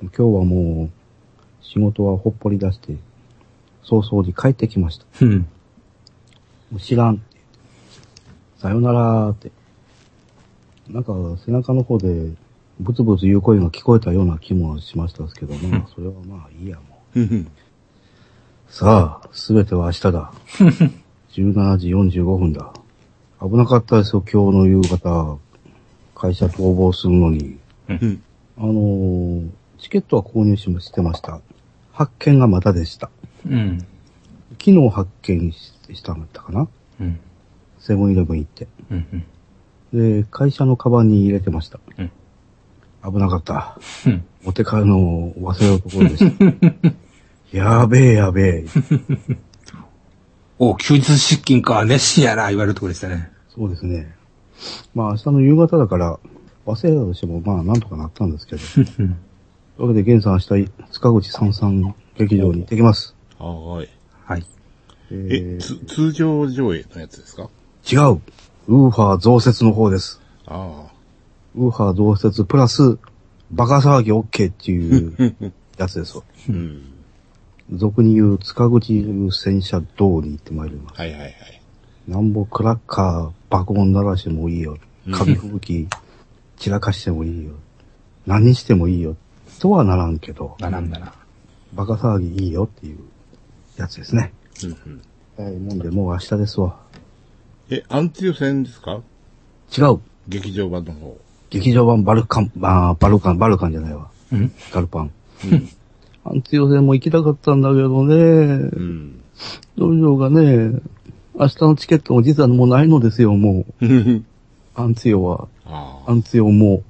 今日はもう、仕事はほっぽり出して、早々に帰ってきました。もう知らんって。さよならーって。なんか背中の方で、ブツブツ言う声が聞こえたような気もしましたですけど、まあ、それはまあいいや、もう。さあ、すべては明日だ。17時45分だ。危なかったですよ、今日の夕方。会社逃亡するのに。チケットは購入してました。発見がまだでした。昨日発見したんだったかな。セブンイレブン行って。で、会社のカバンに入れてました。危なかった。持って帰るのを忘れるところでした。やべえやべえ。 お、休日出勤か、熱心やな、言われるところでしたね。 そうですね。まあ明日の夕方だから、忘れたとしてもまあなんとかなったんですけど。というわけで、ゲンさん明日、塚口三三劇場に行ってきます。 はい。 はい。 通常上映のやつですか？ 違う。ウーファー増設の方です。ウーファー増設プラス、バカ騒ぎ OK っていうやつですわ。俗に言う塚口戦車道に行ってまいります。 はいはいはい。 なんぼクラッカー、爆音鳴らしてもいいよ。紙吹雪散らかしてもいいよ。何してもいいよ。とはならんけど。 ならんだな。 バカ騒ぎいいよっていうやつですね。はい、もんでもう明日ですわ。 アンツヨ戦ですか？ 違う。 劇場版の方。 劇場版バルカンじゃないわ。ガルパン。アンツヨ戦も行きたかったんだけどね。道場がね、明日のチケットも実はもうないのですよ、もう。アンツヨは。アンツヨも。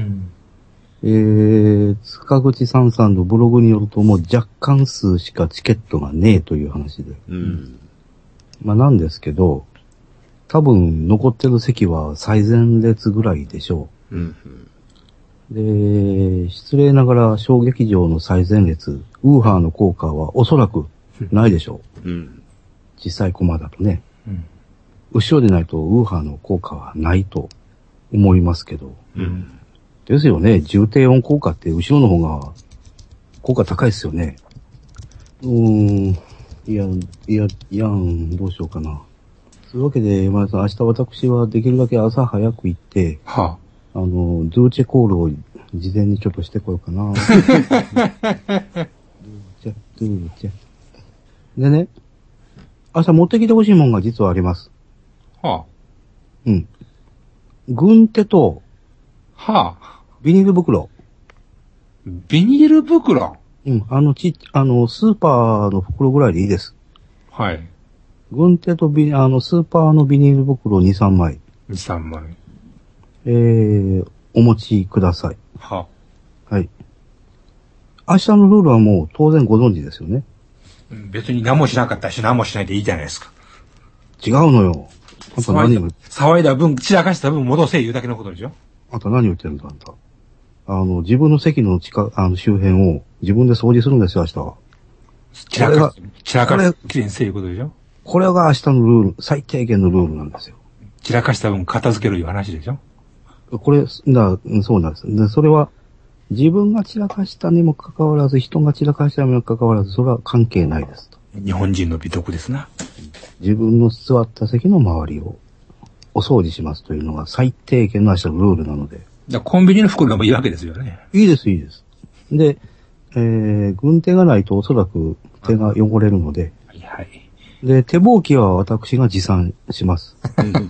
塚口さんさんのブログによるともう若干数しかチケットがねえという話で。まあなんですけど、多分残ってる席は最前列ぐらいでしょう。で、失礼ながら小劇場の最前列、ウーハーの効果はおそらくないでしょう。実際コマだとね。後ろでないとウーハーの効果はないと思いますけど。ですよね。重低音効果って後ろの方が効果高いですよね。どうしようかな。というわけで、まず明日私はできるだけ朝早く行って、ドゥーチェコールを事前にちょっとしてこようかな。ドゥーチェ。でね、明日持ってきてほしいもんが実はあります。軍手と、ビニール袋。 ビニール袋？ スーパーの袋ぐらいでいいです。 はい。 軍手とスーパーのビニール袋2、3枚。 2、3枚。 お持ちください。 はい。 明日のルールはもう当然ご存知ですよね。 別に何もしなかったし何もしないでいいじゃないですか。 違うのよ。あんた何を騒いだ分、散らかした分戻せ言うだけのことでしょ。 あんた何言ってるんだ、あんた。自分の席の周辺を自分で掃除するんですよ、明日は。 散らかす、きれいにせいうことでしょ。 これが明日のルール、最低限のルールなんですよ。 散らかした分片付けるいう話でしょ。 そうなんです。で、それは、自分が散らかしたにもかかわらず、人が散らかしたにもかかわらず、それは関係ないですと。 日本人の美徳ですな。 自分の座った席の周りをお掃除しますというのが最低限の明日のルールなので。 コンビニの袋でもいいわけですよね。 いいです。で、軍手がないとおそらく手が汚れるので。で、手箒は私が持参します。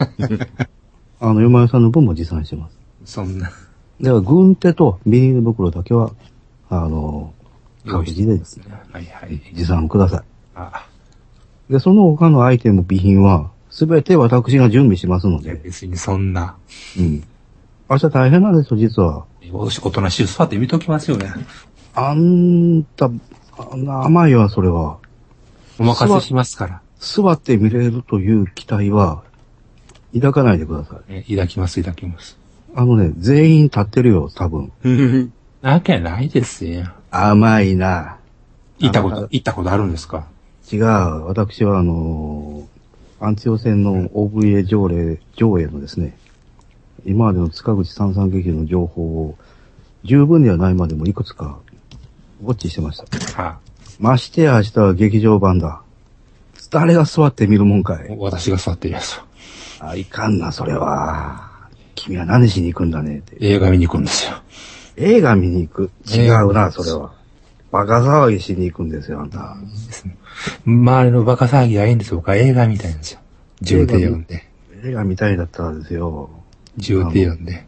山井さんの分も持参します。 そんな。 では、軍手とビニール袋だけは、各自でですね。持参ください。で、その他のアイテム、備品は、すべて私が準備しますので。 別にそんな。 明日大変なんですよ、実は。 おとなしい座って見ときますよね。 あんた、甘いわ、それは。 お任せしますから。 座って見れるという期待は、抱かないでください。 抱きます。 全員立ってるよ、多分。 なわけないですよ。 甘いな。 行ったことあるんですか？ 違う。私はアンツヨ戦の OVA 上映のですね、今までの塚口三三劇の情報を十分ではないまでもいくつかウォッチしてました。 はあ、 ましてや明日は劇場版だ。誰が座って見るもんかい。 私が座ってるやつ。 あ、いかんな、それは。君は何しに行くんだねって。 映画見に行くんですよ。 映画見に行く。違うな、それは。バカ騒ぎしに行くんですよ、あんた。 周りのバカ騒ぎはいいんですよ。僕は映画見たいんですよ。重低音で。 映画見たいだったらですよ。 重低音で。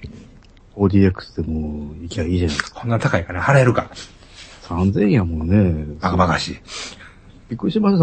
4DX でも行きゃいいじゃないですか。 こんな高いかな払えるか。 3000円やもんね。 バカバカしい。 びっくりしました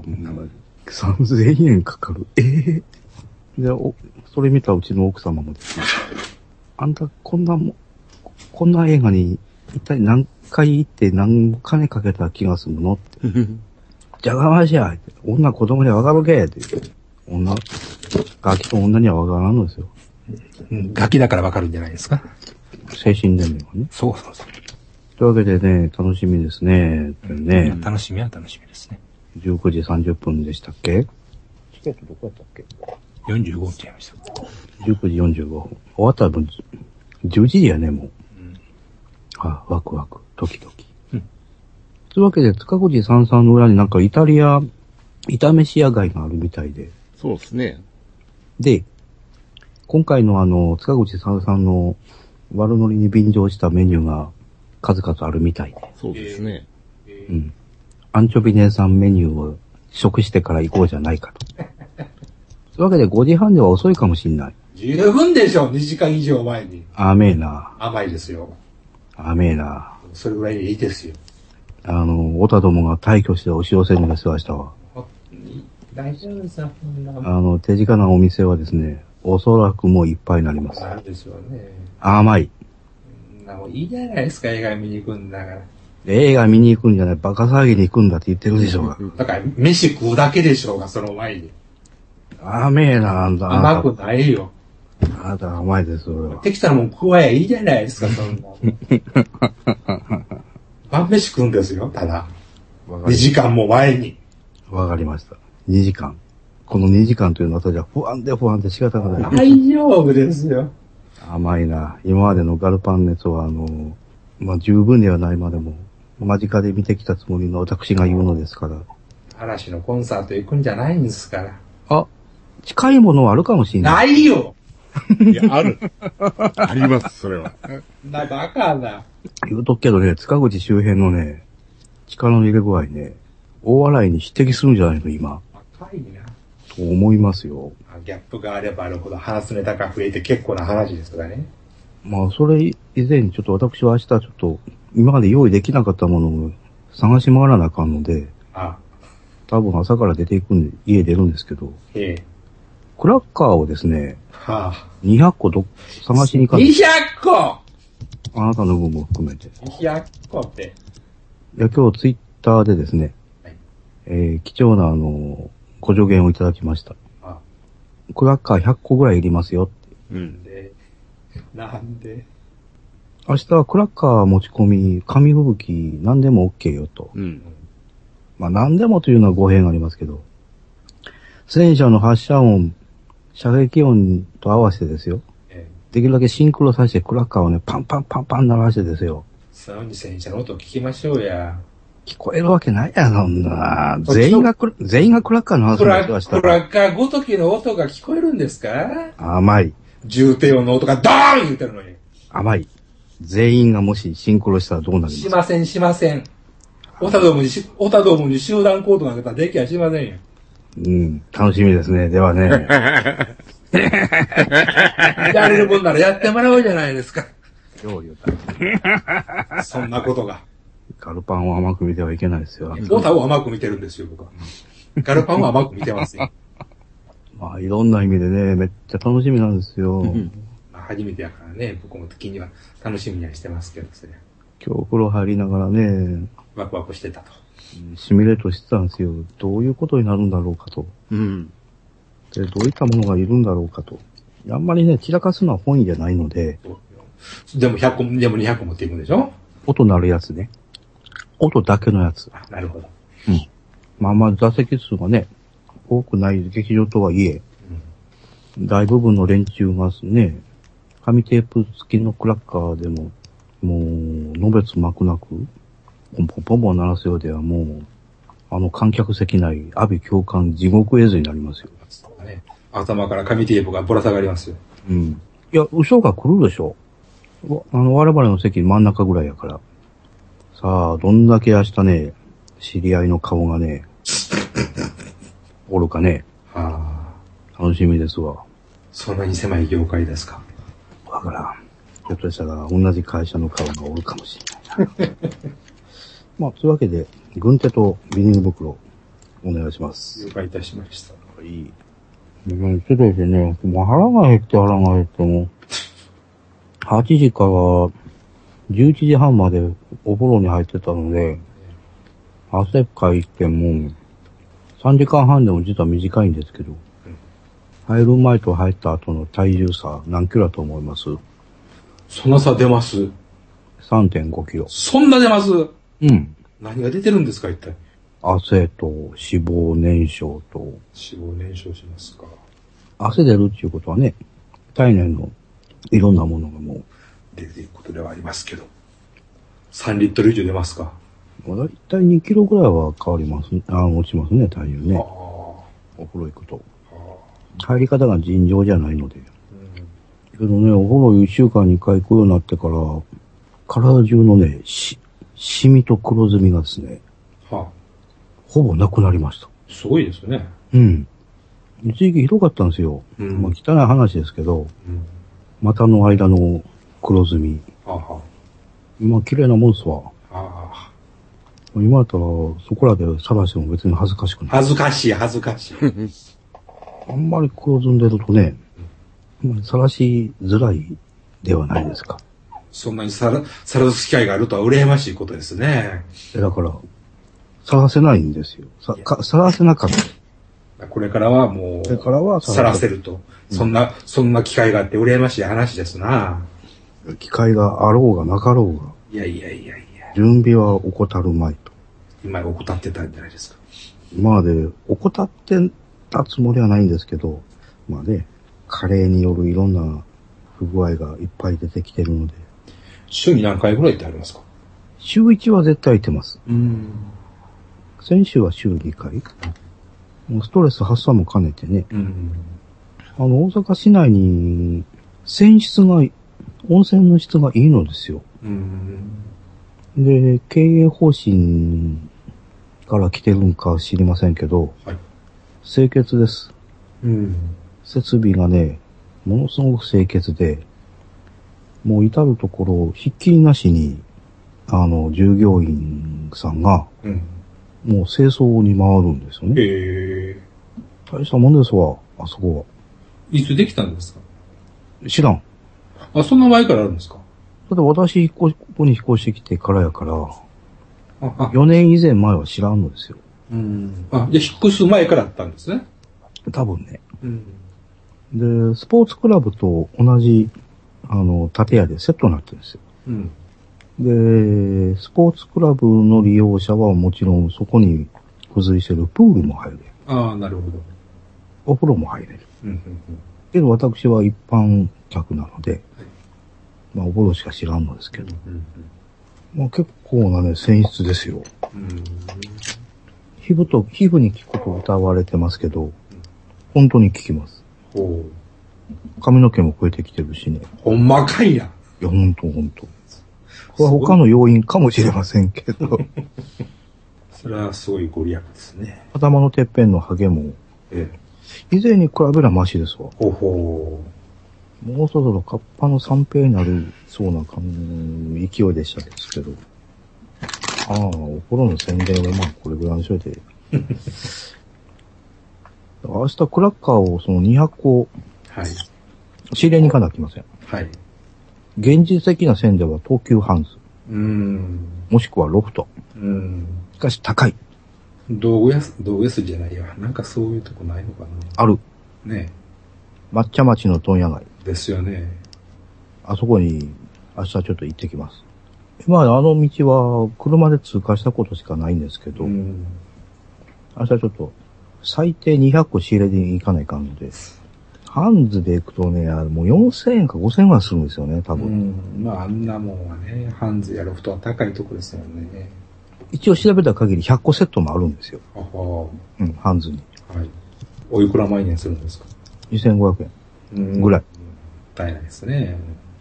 。3000円かかる。で、それ見たうちの奥様もですね、あんたこんな映画に一体何回行って何金かけた気がするのって。じゃがましや。女子供にはわかるけって。ガキと女にはわからんのですよ。 ガキだからわかるんじゃないですか。 精神年齢はね。 そうそうそう。 というわけでね、楽しみですね。 楽しみは楽しみですね。 19時30分でしたっけ？チケットどこやったっけ？ 45って言いました。 19時45分。終わったら10時やね、もう。あ、ワクワク、ドキドキ。というわけで、塚口三々の裏になんか炒めし屋街があるみたいで。 そうですね。 で、今回の塚口三々の悪ノリに便乗したメニューが数々あるみたいで。 そうですね。 うん。アンチョビ姉さんメニューを食してから行こうじゃないかと。というわけで5時半では遅いかもしんない。 十分でしょ、2時間以上前に。 甘えな。 甘いですよ。 甘えな。 それぐらいでいいですよ。 オタどもが退去して押し寄せるんですよ、明日は。 大丈夫ですよ。 手近なお店はですね、おそらくもういっぱいになります。 なんですよね。 甘い。 もういいじゃないですか、映画見に行くんだから。 映画見に行くんじゃない、バカ騒ぎに行くんだって言ってるでしょうが。 だから、飯食うだけでしょうが、その前に。 甘えな、あんた。 甘くないよ。 あなた甘いです、それは。 適当なもん食わやいいじゃないですか、そんな。晩飯食うんですよ、ただ。2時間も前に。 わかりました。2時間。この2時間というのは私は不安で仕方がない。 大丈夫ですよ。 甘いな。今までのガルパン熱は十分ではないまでも、間近で見てきたつもりの私が言うのですから。 嵐のコンサート行くんじゃないんですから。 あ、近いものはあるかもしれない。 ないよ。 いや、ある。あります、それは。 バカだ。 言うとくけどね、塚口周辺のね、力の入れ具合ね、大笑いに匹敵するんじゃないの、今。 高いな。 と思いますよ。 ギャップがあればあるほど話すネタが増えて結構な話ですからね。 まあ、それ以前にちょっと私は明日ちょっと、今まで用意できなかったものを探し回らなあかんので、多分朝から出ていくんで、家出るんですけど、クラッカーをですね、200個探しに行かない。 200個あなたの分も含めて。 200個って。 いや、今日ツイッターでですね、貴重なご助言をいただきました。クラッカー100個ぐらいいりますよって。 なんで明日はクラッカー持ち込み、紙吹雪、何でも OK よと。まあ何でもというのは語弊がありますけど、戦車の発射音、射撃音と合わせてですよ。できるだけシンクロさせてクラッカーをね、パンパンパンパン鳴らしてですよ。 そのに戦車の音聞きましょうや。 聞こえるわけないやそんな。全員がクラッカーの話をしたら。 クラッカーごときの音が聞こえるんですか？ 甘い。 重低音の音がドーン言ってるのに。 甘い。全員がもしシンクロしたらどうなりますか？ しません。オタどもに集団行動なんかできやしませんよ。 楽しみですね。ではね。 やれるもんならやってもらおうじゃないですか。 よう言うた。 そんなことが。 ガルパンを甘く見てはいけないですよ。 オタを甘く見てるんですよ、僕は。ガルパンを甘く見てますよ。 まあ、いろんな意味でね、めっちゃ楽しみなんですよ。 初めてやからね、僕も時には楽しみにはしてますけど、それ。 今日お風呂入りながらね、 ワクワクしてたと。 シミュレートしてたんですよ。どういうことになるんだろうかと。で、どういったものがいるんだろうかと。あんまりね、散らかすのは本意じゃないので。 でも100個、でも200個持っていくんでしょ？ 音鳴るやつね。音だけのやつ。 なるほど。 まあ座席数がね、多くない劇場とはいえ、大部分の連中がね、紙テープ付きのクラッカーでも、もう、のべつ幕なく、 ポンポンポンポン鳴らすようではもう、観客席内、阿鼻教官地獄絵図になりますよ。 ね、頭から紙テープがぶら下がりますよ。 うん。いや、後ろが来るでしょ。我々の席真ん中ぐらいやから。さあ、どんだけ明日ね、知り合いの顔がね、おるかね。楽しみですわ。 そんなに狭い業界ですか。 わからん。ひょっとしたら同じ会社の顔がおるかもしれないな。まあ、というわけで、軍手とビニール袋、お願いします。 了解いたしました。 はい。ちょっとですね、もう腹が減っても、8時から11時半までお風呂に入ってたので、汗かいても、3時間半でも実は短いんですけど、入る前と入った後の体重差何キロだと思います？ そんな差出ます？ 3.5 キロ。 そんな出ます？ うん。 何が出てるんですか、一体。 汗と脂肪燃焼と。 脂肪燃焼しますか。 汗出るっていうことはね、体内のいろんなものがもう出ていくことではありますけど。3リットル以上出ますか。 だいたい2キロぐらいは変わります、落ちますね、体重ね。お風呂行くと。入り方が尋常じゃないので。けどね、お風呂1週間に1回行くようになってから、体中のね、シミと黒ずみがですね、ほぼなくなりました。 すごいですね。 うん。一時期ひどかったんですよ。まあ、汚い話ですけど、股の間の黒ずみ。今、綺麗なもんすわ。今だったら、そこらで晒しても別に恥ずかしくない。 恥ずかしい。 あんまり黒ずんでるとね、晒しづらいではないですか。 そんなに晒す機会があるとは羨ましいことですね。 だから、晒せないんですよ。晒せなかった。 これからはもう、晒せると。そんな機会があって羨ましい話ですな。 機会があろうがなかろうが。 いや。 準備は怠るまいと。 今怠ってたんじゃないですか。 今まで怠ってたつもりはないんですけど、まあね、加齢によるいろんな不具合がいっぱい出てきてるので。 週に何回ぐらい行ってありますか？ 週1は絶対行ってます。先週は週2回。ストレス発散も兼ねてね。大阪市内に温泉の質がいいのですよ。で、経営方針から来てるんか知りませんけど、清潔です。設備がね、ものすごく清潔で、もう至るところ、ひっきりなしに、従業員さんが、もう清掃に回るんですよね。大したもんですわ、あそこは。 いつできたんですか？ 知らん。 そんな前からあるんですか？ だって私、ここに引っ越してきてからやから、4年以前前は知らんのですよ。 じゃあ引っ越す前からあったんですね。 多分ね。で、スポーツクラブと同じ、建屋でセットになってるんですよ。で、スポーツクラブの利用者はもちろんそこに付随してるプールも入れる。 なるほど。 お風呂も入れる。けど私は一般客なので、まあお風呂しか知らんのですけど。まあ結構なね、泉質ですよ。皮膚に効くと歌われてますけど、本当に効きます。髪の毛も増えてきてるしね。 ほんまかいな。 いや、ほんと。これは他の要因かもしれませんけど。 それはすごいご利益ですね。 頭のてっぺんのハゲも、以前に比べればマシですわ。もうそろそろカッパの三平になるそうな勢いでしたですけど。お風呂の宣伝はまあこれぐらいにしといて。明日クラッカーをその200個、仕入れに行かなきゃいけません。現実的な線では東急ハンズ。もしくはロフト。しかし高い。 道具屋筋じゃないわ。なんかそういうとこないのかな。 ある。 ねえ。抹茶町の問屋街。 ですよね。 あそこに明日ちょっと行ってきます。まあ道は車で通過したことしかないんですけど、明日ちょっと最低200個仕入れに行かないかんので、ハンズで行くとね、もう4000円か5000円はするんですよね、多分。 まああんなもんはね、ハンズやロフトは高いとこですよね。 一応調べた限り100個セットもあるんですよ。うん、ハンズに。 はい。おいくら万円するんですか？ 2500 円ぐらい。 大変ですね。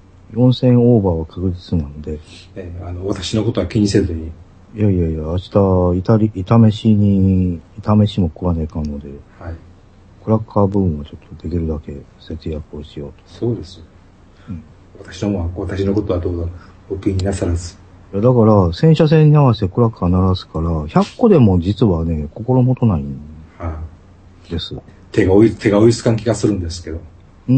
4000オーバーは確実なので。 私のことは気にせずに。 いや、明日、炒飯も食わねえかんので。はい。クラッカー部分はちょっとできるだけ節約をしようと。 そうですよ。うん。私のことはどうぞお気になさらず。 いや、だから、洗車線に合わせてクラッカー鳴らすから、100個でも実はね、心もとないんです。 手が追いつかん気がするんですけど。 うん。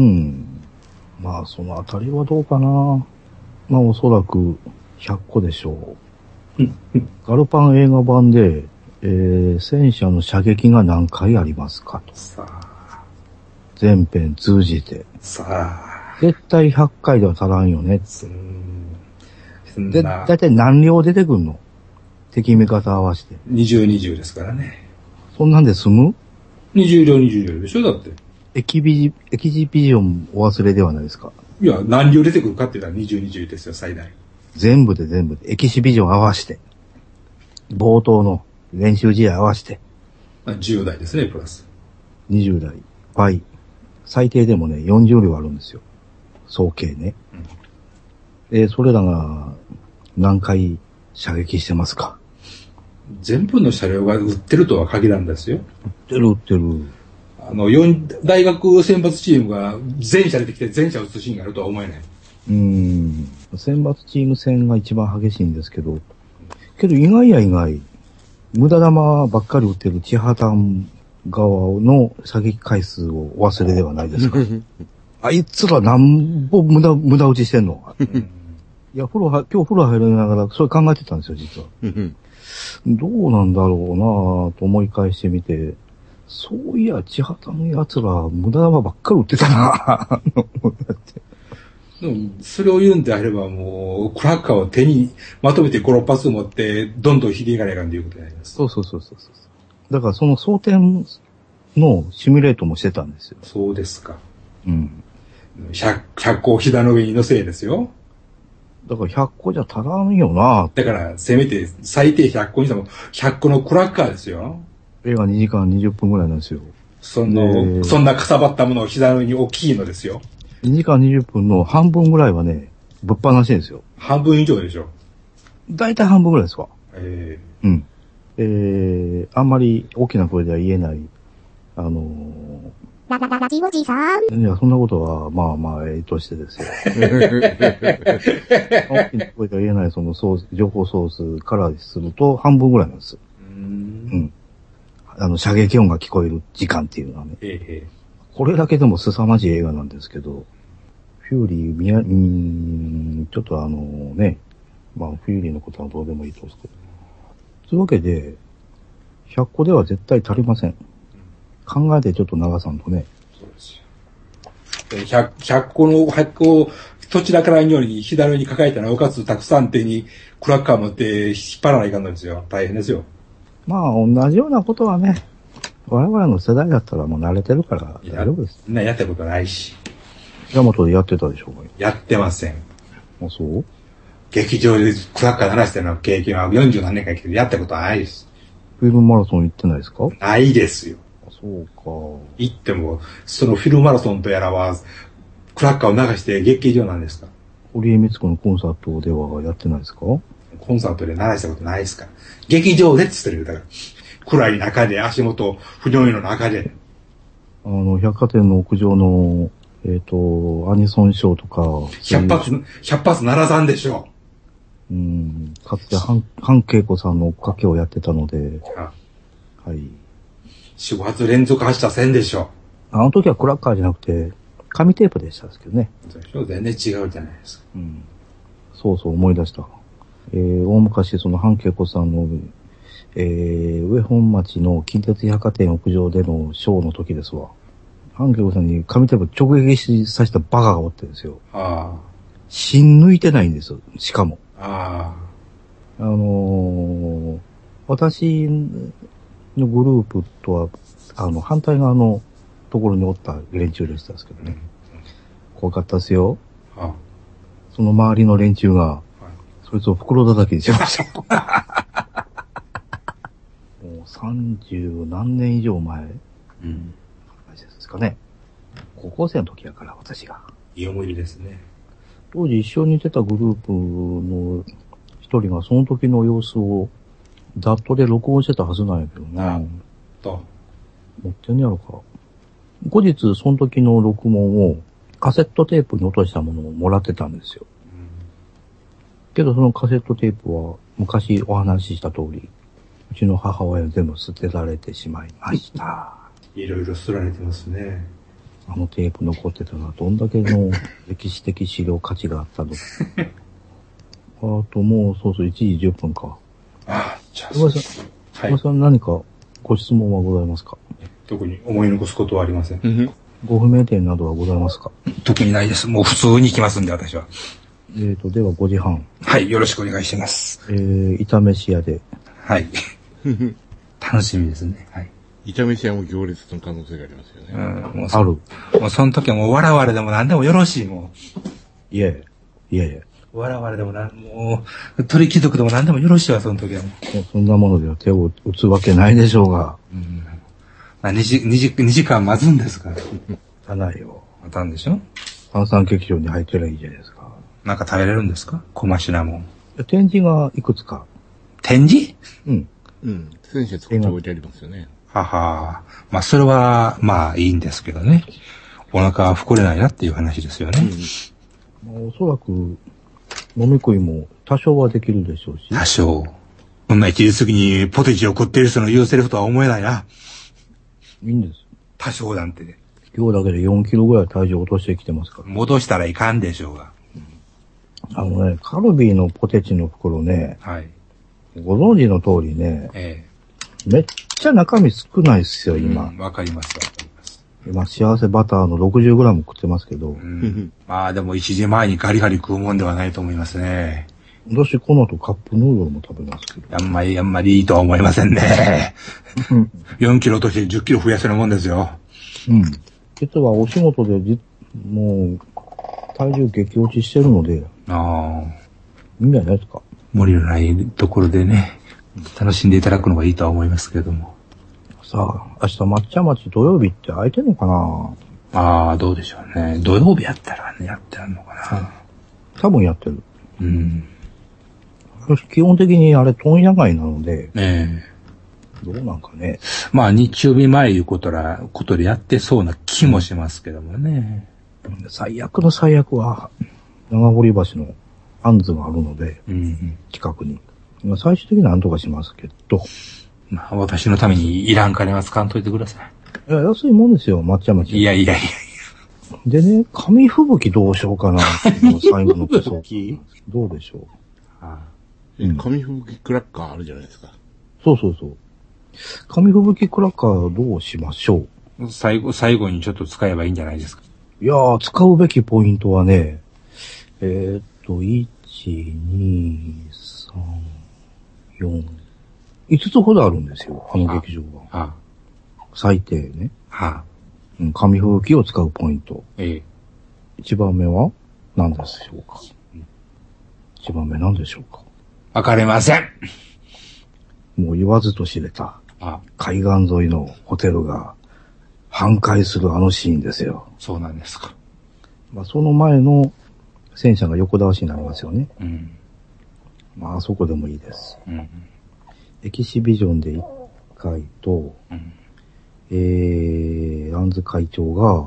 まあ、そのあたりはどうかな。まあ、おそらく100個でしょう。ガルパン映画版で、戦車の射撃が何回ありますかと。さあ。全編通じて。さあ。絶対100回では足らんよねって。で、だいたい何両出てくんの？敵味方合わせて。 20ですからね。 そんなんで済む ？20両でしょだって。 エキジビジョンお忘れではないですか？ いや、何両出てくるかって言ったら20ですよ、最大。 全部で。エキシビジョン合わせて。冒頭の練習試合合わせて。 10台ですね、プラス。 20台。倍。最低でもね、40両あるんですよ。総計ね。それらが何回射撃してますか？ 全部の車両が売ってるとは限らんですよ。 売ってる。 大学選抜チームが全車出てきて全車撃つシーンがあるとは思えない。 選抜チーム戦が一番激しいんですけど、意外、無駄弾ばっかり撃ってる千葉丹側の射撃回数をお忘れではないですか？あいつらなんぼ無駄撃ちしてんの？いや、今日風呂入りながらそれ考えてたんですよ、実は。どうなんだろうなぁと思い返してみて、そういや、千畑の奴ら無駄弾ばっかり撃ってたなぁでも、それを言うんであればもう、クラッカーを手にまとめて5、6発持って、どんどん引いていかないかんということになります。 そう。だからその装填のシミュレートもしてたんですよ。 そうですか。うん。100個をひだの上に乗せですよ。 だから100個じゃ足らんよな。 だから、せめて最低100個にしても、100個のクラッカーですよ。 映画2時間20分ぐらいなんですよ。 そんなかさばったものを膝の上に大きいのですよ。 2時間20分の半分ぐらいはね、ぶっ放しですよ。 半分以上でしょ。 だいたい半分ぐらいですわ。うん。あんまり大きな声では言えない、 ラジオジさん。 いや、そんなことは、まあ、としてですよ。大きな声では言えない、情報ソースからすると、半分ぐらいなんです。射撃音が聞こえる時間っていうのはね。これだけでも凄まじい映画なんですけど、フューリー、ちょっとね、まあ、フューリーのことはどうでもいいとして。というわけで、100個では絶対足りません。考えてちょっと長さんとね。そうですよ。100個をどちらからにより左に抱えたらおかつたくさん手にクラッカー持って引っ張らないかんのですよ。大変ですよ。 まあ、同じようなことはね、我々の世代だったらもう慣れてるから大丈夫です。 みんなやったことないし。 ヤマトでやってたでしょうか？ やってません。 あ、そう？ 劇場でクラッカー鳴らしての経験は40何年間生きてやったことはないです。 フィルムマラソン行ってないですか？ ないですよ。 そうか。 行っても、そのフィルムマラソンとやらは、クラッカーを流して劇場なんですか？ 堀江光子のコンサートではやってないですか？ コンサートで鳴らしたことないですから。劇場でって言ってるよ。だから。暗い中で、足元、不良いの中で。 百貨店の屋上の、アニソンショーとか。 100発鳴らさんでしょう。かつて、半恵子さんの追っかけをやってたので。はい。 4、5発連続発射せんでしょ。 あの時はクラッカーじゃなくて、紙テープでしたですけどね。 全然違うじゃないですか。 そう思い出した。大昔、半恵子さんの、上本町の近鉄百貨店屋上でのショーの時ですわ。半恵子さんに紙テープ直撃させたバカがおってですよ。芯抜いてないんですよ。しかも。私のグループとは、反対側のところにおった連中でしたんですけどね。怖かったですよ。その周りの連中が、そいつを袋叩きにしました。 30何年以上前ですかね。高校生の時やから、私が。 いい思い出ですね。 当時一緒に出たグループの一人がその時の様子をダットで録音してたはずなんやけどな。持ってんやろか。後日、その時の録音をカセットテープに落としたものをもらってたんですよ。けどそのカセットテープは昔お話しした通り、うちの母親に全部捨てられてしまいました。 いろいろ捨てられてますね。 あのテープ残ってたのはどんだけの歴史的資料価値があったのか。あともうそうそう1時10分か。 じゃあ岩井さん何かご質問はございますか？ 特に思い残すことはありません。 ご不明点などはございますか？ 特にないです。もう普通に行きますんで、私は。 では5時半。 はい、よろしくお願いします。 炒飯屋で。 はい。楽しみですね。はい。 炒飯屋も行列の可能性がありますよね。 もうある。 もうその時はもうわらわれでも何でもよろしい、もう。 いやいや。 わらわれでももう、鳥貴族でも何でもよろしいわ、その時はもう。 そんなものでは手を打つわけないでしょうが。 2時間待つんですから。 待たないよ。 待たんでしょ？ 三々劇場に入ってりゃいいじゃないですか。 なんか食べれるんですか？小品もん。 展示がいくつか。 展示？ うん。先生作っておいてありますよね。 はは。まあ、それは、まあ、いいんですけどね。お腹は膨れないなっていう話ですよね。 おそらく、飲み食いも多少はできるでしょうし。 多少。そんな一時過ぎにポテチを食っている人の言うセリフとは思えないな。 いいんです。 多少なんてね。 今日だけで4キロぐらい体重落としてきてますから。 戻したらいかんでしょうが。 カルビーのポテチの袋ね。 はい。 ご存知の通りね。めっちゃ中身少ないっすよ、今。 わかります。 今、幸せバターの 60g 食ってますけど。 まあでも1時前にガリガリ食うもんではないと思いますね。 私、この後カップヌードルも食べますけど。 あんまりいいとは思いませんね。4キロとして10キロ増やせるもんですよ。 実はお仕事でもう、体重激落ちしてるので。いいんじゃないですか。 無理のないところでね、楽しんでいただくのがいいとは思いますけれども。 さあ、明日抹茶町土曜日って空いてんのかな？ どうでしょうね。土曜日やったらね、やってあるのかな。 多分やってる。基本的にあれ、問屋街なので。どうなんかね。 まあ、日曜日前いうことでやってそうな気もしますけどもね。 最悪の最悪は、長堀橋のアンズがあるので、近くに。最終的には何とかしますけど。 まあ、私のためにいらん金は使わんといてください。いや、安いもんですよ、抹茶町。 いや。 でね、紙吹雪どうしようかな。最後のクソ。どうでしょう。 紙吹雪クラッカーあるじゃないですか。 そう。紙吹雪クラッカーどうしましょう。最後にちょっと使えばいいんじゃないですか。 いやー、使うべきポイントはね、1、2、3、4、5つほどあるんですよ、あの劇場は。最低ね。紙吹雪を使うポイント。1番目は何でしょうか。1番目何でしょうか。 わかりません。 もう言わずと知れた。海岸沿いのホテルが半壊するあのシーンですよ。 そうなんですか。 まあ、その前の戦車が横倒しになりますよね。まあ、あそこでもいいです。エキシビジョンで1回と、アンズ会長が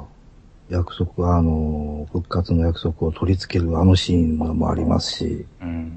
復活の約束を取り付けるあのシーンもありますし、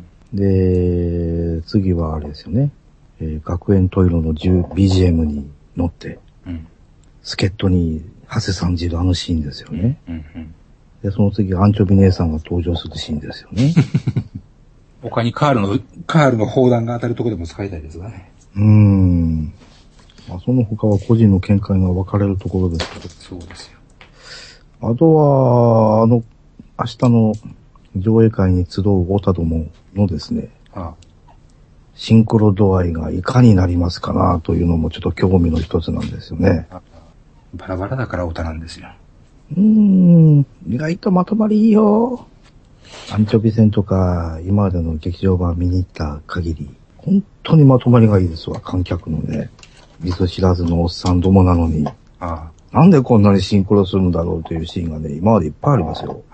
で、次はあれですよね。学園トイレのBGM に乗って、助っ人に長谷さんじるあのシーンですよね。で、その次アンチョビ姉さんが登場するシーンですよね。 他にカールの砲弾が当たるところでも使いたいですがね。 まあ、その他は個人の見解が分かれるところですけど。 そうですよ。 あとは、明日の上映会に集うオタどものですね、シンクロ度合いがいかになりますかなというのもちょっと興味の一つなんですよね。 バラバラだからオタなんですよ。 意外とまとまりいいよ。アンチョビ戦とか、今までの劇場版見に行った限り、本当にまとまりがいいですわ、観客のね。 見ず知らずのおっさんどもなのに、なんでこんなにシンクロするんだろうというシーンがね、今までいっぱいありますよ。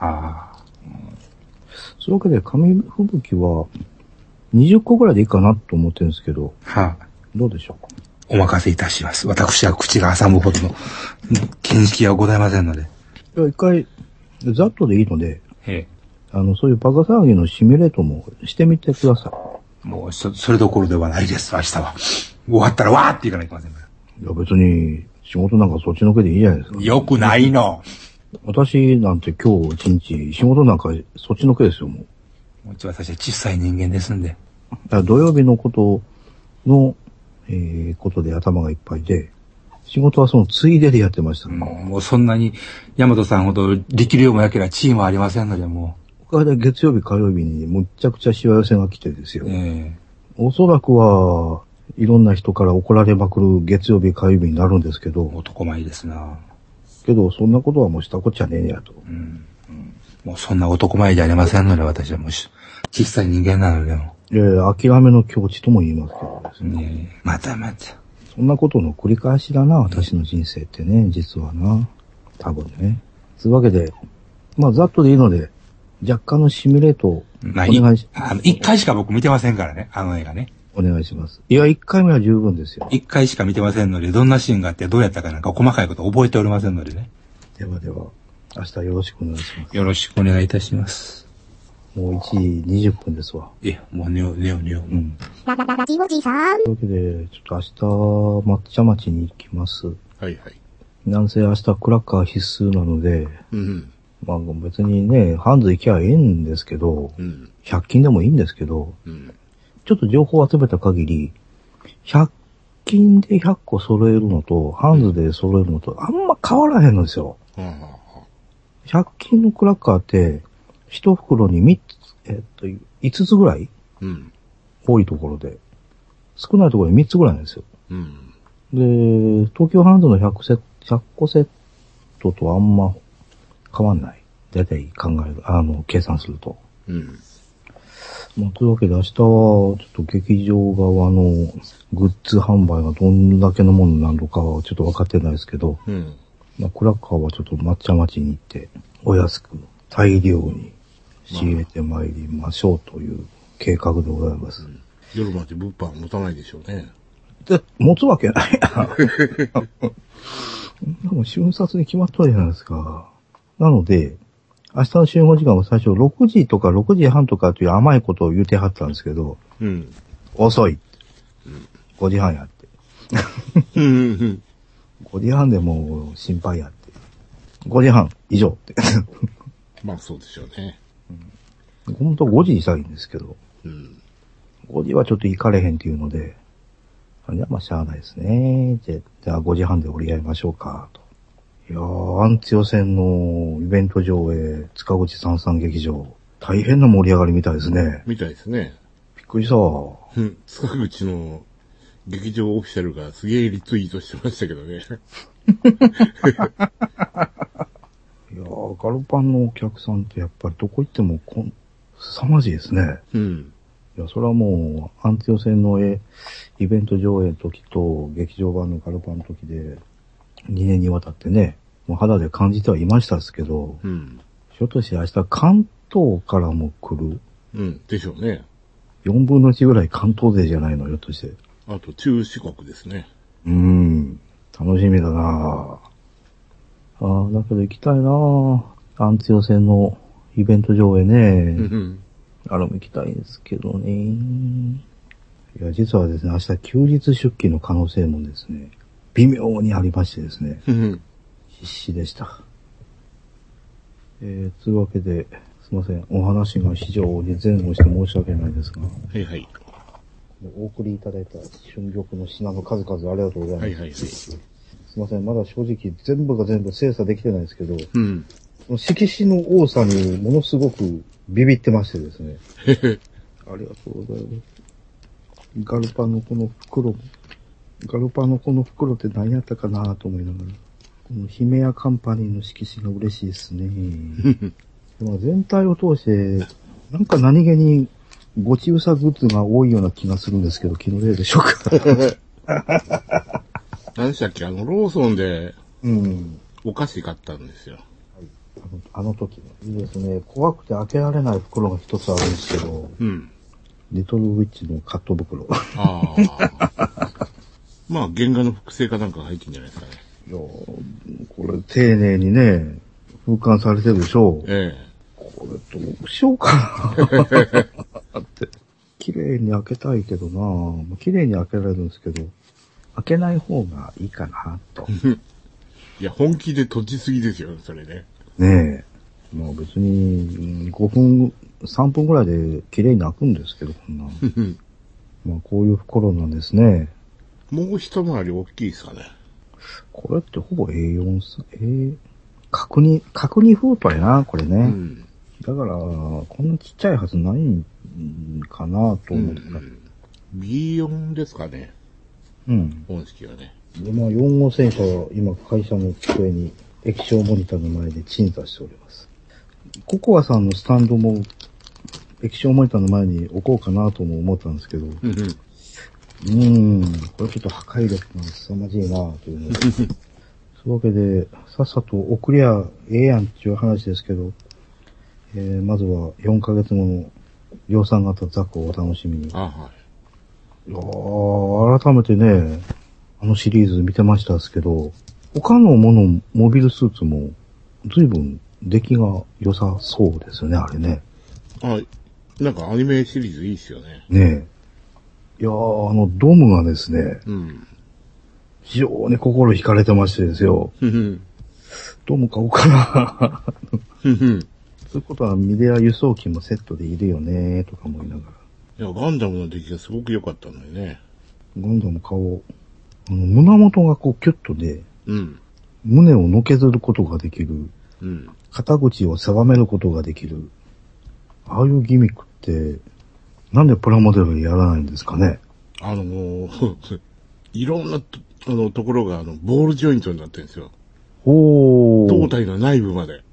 そういうわけで、紙吹雪は20個ぐらいでいいかなと思ってるんですけど、どうでしょうか。 お任せいたします。私は口が挟むほどの見識はございませんので。 いや、一回、ざっとでいいので、そういうバカ騒ぎのシミュレートもしてみてください。 もう、それどころではないです、明日は。終わったらわーっていかないといけませんから。 いや、別に、仕事なんかそっちのけでいいじゃないですか。 よくないの。 私なんて今日一日、仕事なんかそっちのけですよ、もう。 うちは私は小さい人間ですんで。 土曜日のことの、ことで頭がいっぱいで、仕事はそのついででやってました、 もうそんなに、大和さんほど力量もやけら地位もありませんので、もう。おかげで月曜日、火曜日にむっちゃくちゃしわ寄せが来てですよ。おそらくは、いろんな人から怒られまくる月曜日、火曜日になるんですけど。 男前ですな。 けど、そんなことはもうしたこっちゃねえやと。 もうそんな男前じゃありませんので、私はもう小さい人間なのでも。 諦めの境地とも言いますけどですね。 また。 そんなことの繰り返しだな、私の人生ってね、実はな。多分ね。そういうわけで、まあ、ざっとでいいので、若干のシミュレートをお願いします。 1回しか僕見てませんからね、あの映画ね。 お願いします。いや、1回目は十分ですよ。 1回しか見てませんので、どんなシーンがあってどうやったかなんか細かいこと覚えておりませんのでね。 では、明日よろしくお願いします。 よろしくお願いいたします。 もう1時20分ですわ。 もう寝よう。 ラジオジさん。 というわけで、ちょっと明日、抹茶町に行きます。なんせ明日クラッカー必須なので、まあ別にね、ハンズ行きゃいいんですけど、100均でもいいんですけど、ちょっと情報を集めた限り、100均で100個揃えるのと、ハンズで揃えるのと、あんま変わらへんのですよ。100均のクラッカーって、1袋に5つぐらい、多いところで。少ないところに3つぐらいなんですよ。で、東京ハンズの100個セットとあんま変わんない。だいたい計算すると。まあ、というわけで明日は、ちょっと劇場側のグッズ販売がどんだけのものなのかはちょっと分かってないですけど、まあ、クラッカーはちょっと抹茶町に行って、お安く、大量に仕入れてまいりましょうという計画でございます。 夜まで物販持たないでしょうね。 で、持つわけないやん。もう瞬殺に決まっとるじゃないですか。なので、明日の集合時間は最初6時とか6時半とかという甘いことを言うてはったんですけど、遅い。5時半やって。5時半でもう心配やって。5時半以上って。 まあそうでしょうね。 本当5時にしたらいいんですけど、5時はちょっと行かれへんっていうので、じゃあまあしゃあないですね。じゃあ5時半で折り合いましょうかと。いやー、アンツヨ戦のイベント上映、塚口三三劇場、大変な盛り上がりみたいですね。 みたいですね。 びっくりしたわ。 塚口の劇場オフィシャルがすげえリツイートしてましたけどね。 いやー、ガルパンのお客さんってやっぱりどこ行っても凄まじいですね。いや、それはもう、アンツヨ戦のイベント上映の時と、劇場版のガルパンの時で、2年にわたってね、もう肌で感じてはいましたですけど、ひょっとして明日関東からも来る。 でしょうね。 4分の1ぐらい関東勢じゃないの、ひょっとして。 あと中四国ですね。 楽しみだなぁ。だけど行きたいなぁ。アンツヨ戦のイベント上映ね。あれも行きたいんですけどね。いや、実はですね、明日休日出勤の可能性もですね、微妙にありましてですね。必死でした。というわけで、すいません。お話が非常に前後して申し訳ないですが。お送りいただいた春玉の品の数々ありがとうございます。すいません。まだ正直全部が全部精査できてないですけど、色紙の多さにものすごくビビってましてですね。ありがとうございます。ガルパンのこの袋って何やったかなと思いながら。このヒメアカンパニーの色紙が嬉しいですね。でも全体を通して、なんか何気にごちうさグッズが多いような気がするんですけど、気のせいでしょうか。 何でしたっけ、ローソンで、 うん。 お菓子買ったんですよ。 あの時の。いいですね。怖くて開けられない袋が一つあるんですけど、 うん。 リトルウィッチのカット袋。 ああ。まあ、原画の複製かなんか入ってんじゃないですかね。 いやこれ丁寧にね、封管されてるでしょう。 ええ。 これどうしようかなって。綺麗に開けたいけどな綺麗に開けられるんですけど、開けない方がいいかなと。 いや、本気で閉じすぎですよ、それね。 ねえ。まあ別に、5分、3分ぐらいで綺麗に開くんですけど、こんな。まあこういう袋なんですね。 もう一回り大きいですかね。 これってほぼ A4 角煮封筒やな、これね。うん、だから、こんなちっちゃいはずないんかなと思った。 B4 ですかね。 うん。 本式はね。 で、まあ、4号戦車は今会社の机に液晶モニターの前で鎮座しております。ココアさんのスタンドも液晶モニターの前に置こうかなとも思ったんですけど、これちょっと破壊力が凄まじいなというので。そういうわけで、さっさと送りゃええやんっていう話ですけど、まずは4ヶ月後の量産型ザクをお楽しみに。はい。いやー、改めてね、あのシリーズ見てましたですけど、他のもの、モビルスーツも随分出来が良さそうですよね、あれね。 あ、なんかアニメシリーズいいっすよね。 ねえ。いやー、ドームがですね、非常に心惹かれてましてですよ。ドーム買おうかな。そういうことはミデア輸送機もセットでいるよねとか思いながら。いや、ガンダムの出来がすごく良かったのよね。 ガンダム買おう。胸元がこうキュッとで、胸をのけずることができる。肩口を狭めることができる。ああいうギミックって、なんでプラモデルでやらないんですかね。 いろんなところがボールジョイントになってるんですよ。胴体の内部まで。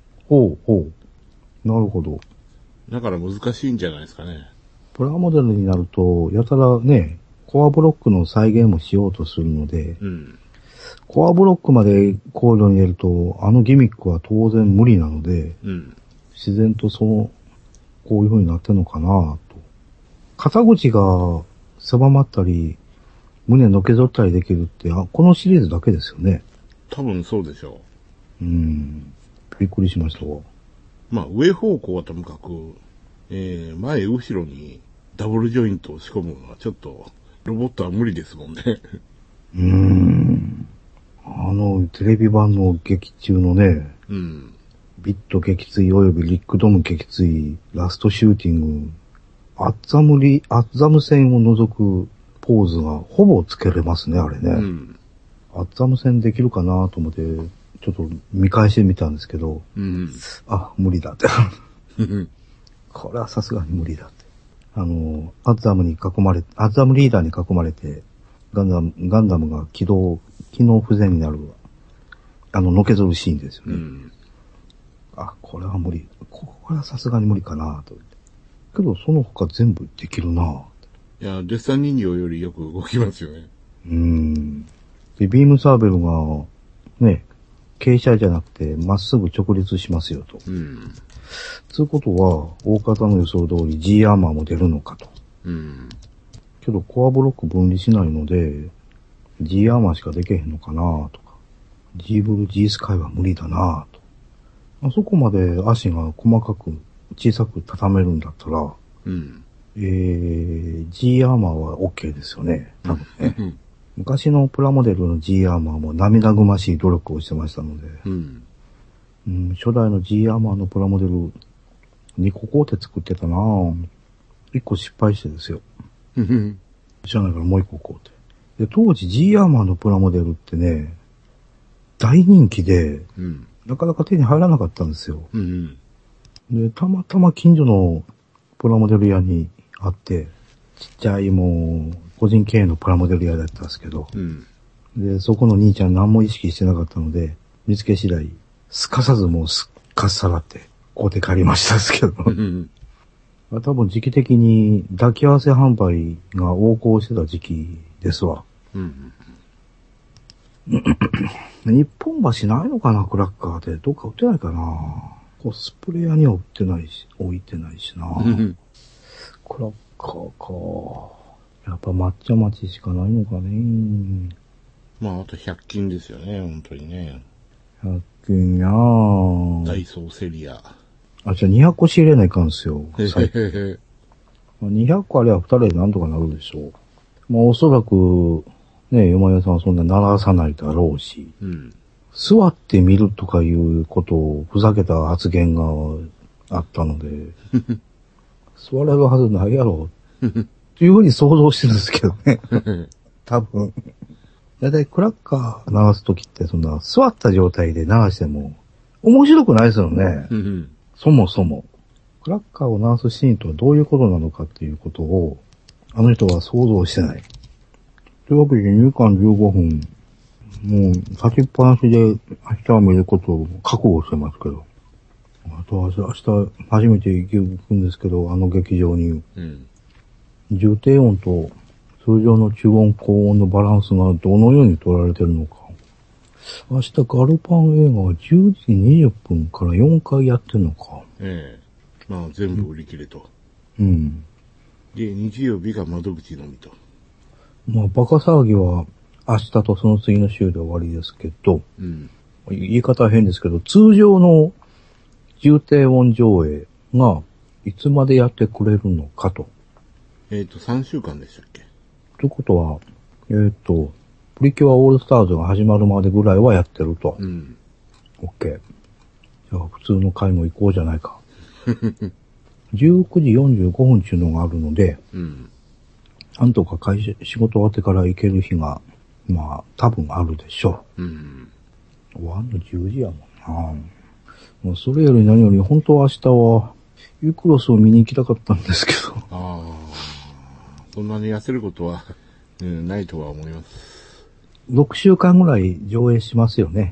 なるほど。 だから難しいんじゃないですかね。 プラモデルになると、やたらね、コアブロックの再現もしようとするので、コアブロックまでコードに入れると、あのギミックは当然無理なので、自然とこういう風になってるのかなと。肩口が狭まったり、胸のけぞったりできるって、このシリーズだけですよね。 多分そうでしょう。 びっくりしましたわ。 まあ、上方向はともかく、前後ろにダブルジョイントを仕込むのはちょっと、ロボットは無理ですもんね。 テレビ版の劇中のね、ビット撃墜及びリックドム撃墜、ラストシューティング、アッザム線を除くポーズがほぼつけれますね、あれね。アッザム線できるかなと思って、ちょっと見返してみたんですけど、無理だって。これはさすがに無理だって。アッザムリーダーに囲まれて、ガンダムが機能不全になる、のけぞるシーンですよね。これは無理。これはさすがに無理かなと。けど、その他全部できるな。 いや、デッサン人形よりよく動きますよね。 で、ビームサーベルが、ね、傾斜じゃなくて、まっすぐ直立しますよと。つうことは、大方の予想通り G アーマーも出るのかと。けど、コアブロック分離しないので、G アーマーしかできへんのかなとか。G ブル G スカイは無理だなと。あそこまで足が細かく、小さく畳めるんだったら、G アーマーは OK ですよね。多分ね。昔のプラモデルの G アーマーも涙ぐましい努力をしてましたので、初代の G アーマーのプラモデル、2個工程作ってたなぁ。1個失敗してですよ。知らないからもう1個工程。で、当時 G アーマーのプラモデルってね、大人気で、なかなか手に入らなかったんですよ。で、たまたま近所のプラモデル屋にあって、ちっちゃいもう、個人経営のプラモデル屋だったんですけど、で、そこの兄ちゃん何も意識してなかったので、見つけ次第、すかさずもうすっかさらって、買うて帰りましたですけど、多分時期的に抱き合わせ販売が横行してた時期ですわ。 日本橋ないのかな、クラッカーで。どっか売ってないかな。コスプレ屋には売ってないし、置いてないしな。クラッカーか。やっぱ抹茶町しかないのかね。 まあ、あと100均ですよね、本当にね。 100均やー。 ダイソーセリア。 あ、じゃあ200個仕入れないかんすよ。 200 200個あれば2人でなんとかなるでしょう。まあおそらく、ね、よまよさんはそんな鳴らさないだろうし、 うん、 座ってみるとかいうことをふざけた発言があったので、座れるはずないやろ、というふうに想像してるんですけどね。多分。だいたいクラッカー鳴らすときってそんな座った状態で鳴らしても面白くないですよね。そもそも。クラッカーを鳴らすシーンとはどういうことなのかっていうことを、あの人は想像してない。というわけで2時間15分、もう立ちっぱなしで明日は見ることを覚悟してますけど。あとは明日初めて行くんですけど、あの劇場に、重低音と通常の中音高音のバランスがどのように取られてるのか。明日ガルパン映画は10時20分から4回やってるのか。 まあ全部売り切れと。 うん。 で、日曜日が窓口のみと。 まあバカ騒ぎは明日とその次の週で終わりですけど、言い方は変ですけど、通常の重低音上映がいつまでやってくれるのかと。 3週間でしたっけ？ ということは、プリキュアオールスターズが始まるまでぐらいはやってると。オッケー。じゃあ普通の回も行こうじゃないか。19時45分っていうのがあるので、なんとか仕事終わってから行ける日が、まあ多分あるでしょう。終わんの10時やもんな。もうそれより何より本当は明日はユクロスを見に行きたかったんですけど。 そんなに痩せることは、ないとは思います。 6週間ぐらい上映しますよね。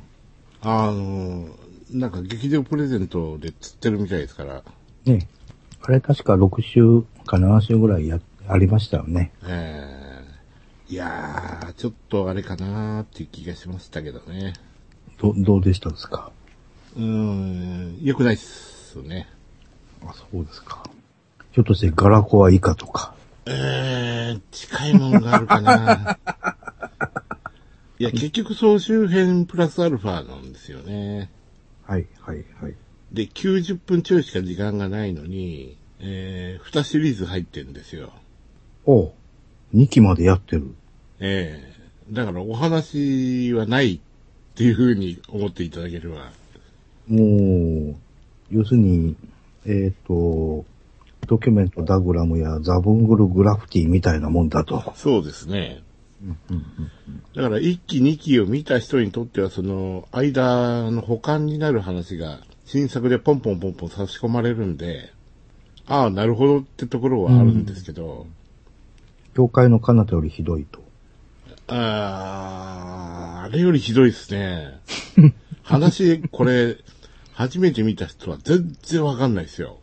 なんか劇場プレゼントで釣ってるみたいですから。 ね。あれ確か6週か7週ぐらいありましたよね。 いやー、ちょっとあれかなーっていう気がしましたけどね。 どうでしたですか？ 良くないっすね。 そうですか。ひょっとしてガラコは以下とか。 近いものがあるかな。いや、結局総集編プラスアルファなんですよね。 はい。 で、90分ちょいしか時間がないのに、2シリーズ入ってるんですよ。 2期までやってる。 だからお話はないっていう風に思っていただければ。 もう、要するに、ドキュメントダグラムやザブングルグラフィティみたいなもんだと。 そうですね。だから1期2期を見た人にとってはその間の補完になる話が新作でポンポン差し込まれるんで、なるほどってところはあるんですけど。 教会の彼方よりひどいと。 あれよりひどいですね。話、これ、初めて見た人は全然わかんないですよ。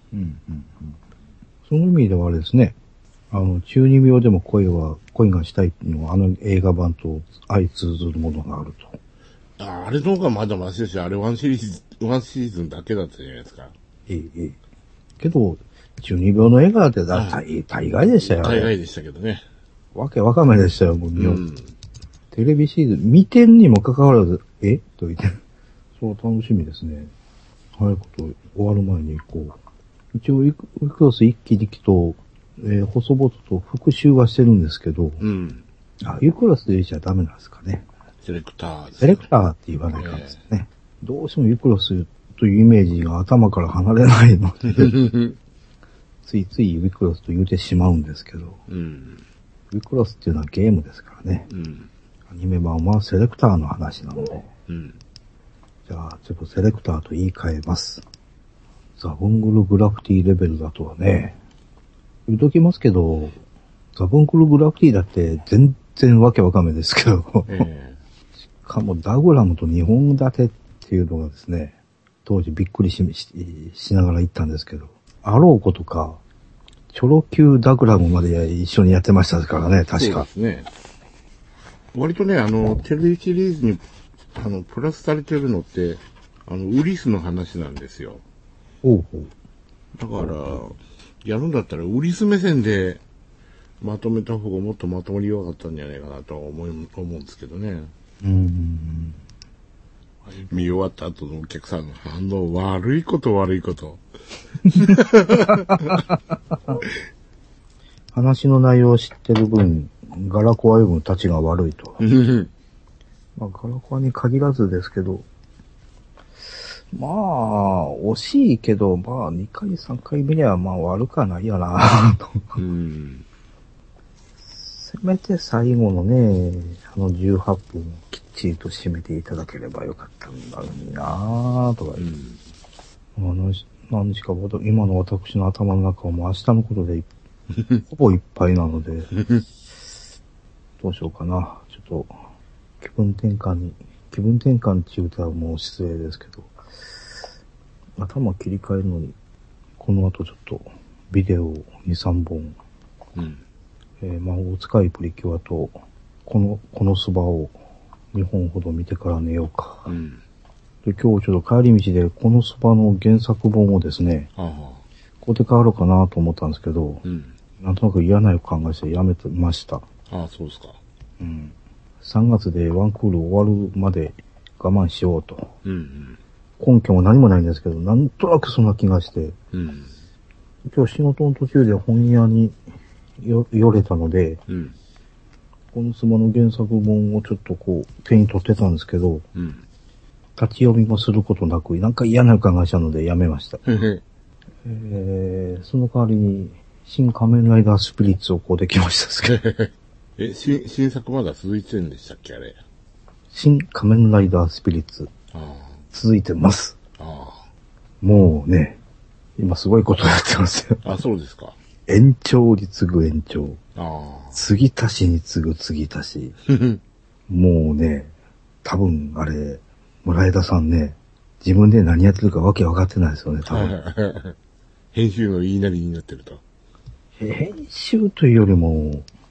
その意味ではあれですね。中二病でも恋がしたいっていうのは、映画版と相通ずるものがあると。 あれの方がまだマシですよ。あれワンシーズンだけだったじゃないですか。 けど、中二病の映画って大概でしたよね。 大概でしたけどね。わけわかめでしたよ、もう。テレビシーズン、見てんにもかかわらず、と言って。そう、楽しみですね。早いこと終わる前に行こう。一応、ウィクロス1期2期と、細々と復習はしてるんですけど、ウィクロスで言っちゃダメなんですかね。 セレクターですね。 セレクターって言わないかんですよね。どうしてもウィクロスというイメージが頭から離れないので、ついついウィクロスと言うてしまうんですけど、ウィクロスっていうのはゲームですからね。アニメ版はセレクターの話なので、じゃあ、ちょっとセレクターと言い換えます。ザブングルグラフィティレベルだとはね、言うときますけど、ザブングルグラフィティだって全然わけわかめですけど、しかもダグラムと2本立てっていうのがですね、当時びっくりしながら行ったんですけど、あろうことか、チョロ級ダグラムまで一緒にやってましたからね、確か。 そうですね。 割とね、テレビシリーズに、プラスされてるのって、ウリスの話なんですよ。 ほうほう。 だから、やるんだったらウリス目線でまとめた方がもっとまとまりよかったんじゃないかなと思うんですけどね。見終わった後のお客さんの反応、悪いこと。 話の内容を知ってる分、ガラコア読むたちが悪いと。まあ、ガラコアに限らずですけど、まあ、惜しいけど、まあ、2回、3回目にはまあ悪くはないやなと。せめて最後のね、18分をきっちりと締めていただければよかったんだろうなとか、何時か今の私の頭の中はもう明日のことでほぼいっぱいなので、どうしようかな。ちょっと、気分転換って言うとはもう失礼ですけど、頭切り替えるのに、この後ちょっと、ビデオを2、3本、魔法使いプリキュアと、このスバを2本ほど見てから寝ようか。で、今日ちょっと帰り道で、このスバの原作本をですね、ここで買おうかなと思ったんですけど、なんとなく嫌な予感がしてやめてました。 そうですか。 3月でワンクール終わるまで我慢しようと。根拠も何もないんですけど、なんとなくそんな気がして、今日仕事の途中で本屋に寄れたので、このスマの原作本をちょっとこう手に取ってたんですけど、立ち読みもすることなく、なんか嫌な予感がしたのでやめました。その代わりに、新仮面ライダースピリッツをこうできましたけど。 新作まだ続いてるんでしたっけ、あれ。 新仮面ライダースピリッツ。続いてます。もうね、今すごいことやってますよ。 そうですか。 延長に次ぐ延長。継ぎ足しに次ぐ継ぎ足し。もうね、多分あれ、村枝さんね、自分で何やってるかわけわかってないですよね、多分。 編集の言いなりになってると。 編集というよりも、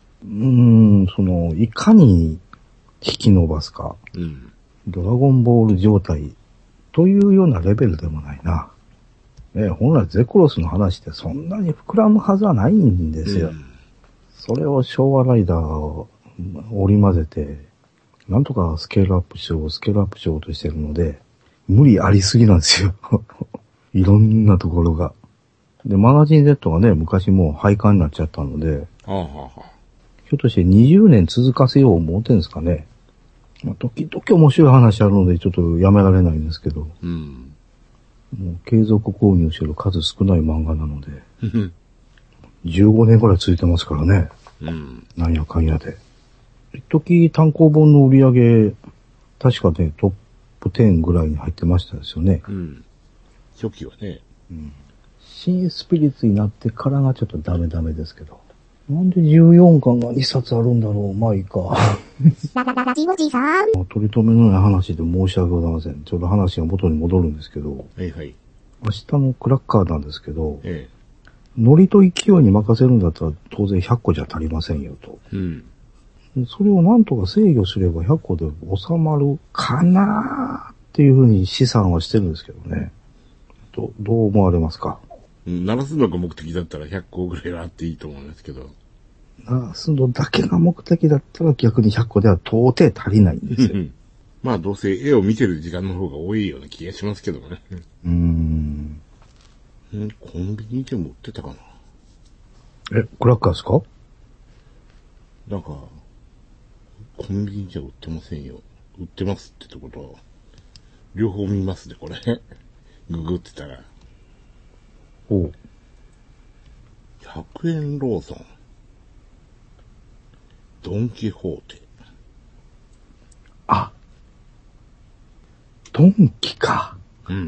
いかに引き伸ばすか。ドラゴンボール状態というようなレベルでもないな。本来ゼクロスの話ってそんなに膨らむはずはないんですよ。それを昭和ライダーを織り交ぜて、なんとかスケールアップしようとしてるので、無理ありすぎなんですよ。いろんなところが。で、マガジン Z がね、昔もう廃刊になっちゃったので、ひょっとして20年続かせよう思うてんですかね。時々面白い話あるのでちょっとやめられないんですけど、もう継続購入してる数少ない漫画なので、15年くらい続いてますからね。なんやかんやで。一時単行本の売り上げ、確かね、トップ10ぐらいに入ってましたですよね。 初期はね。 新スピリッツになってからがちょっとダメですけど。なんで14巻が2冊あるんだろう、まあいいか。 ラジオジさん。 取り留めのない話で申し訳ございません。ちょっと話が元に戻るんですけど。明日のクラッカーなんですけど、ノリと勢いに任せるんだったら当然100個じゃ足りませんよと。それをなんとか制御すれば100個で収まるかなーっていうふうに試算はしてるんですけどね。どう思われますか？ 鳴らすのが目的だったら100個ぐらいはあっていいと思うんですけど。 鳴らすのだけが目的だったら逆に100個では到底足りないんですよ。 まあどうせ絵を見てる時間の方が多いような気がしますけどね。コンビニでも売ってたかな。 クラッカーですか？ なんか、コンビニじゃ売ってませんよ。売ってますってとことは、両方見ますね、これ。ググってたら。100円ローソン。ドンキホーテ。 ドンキか。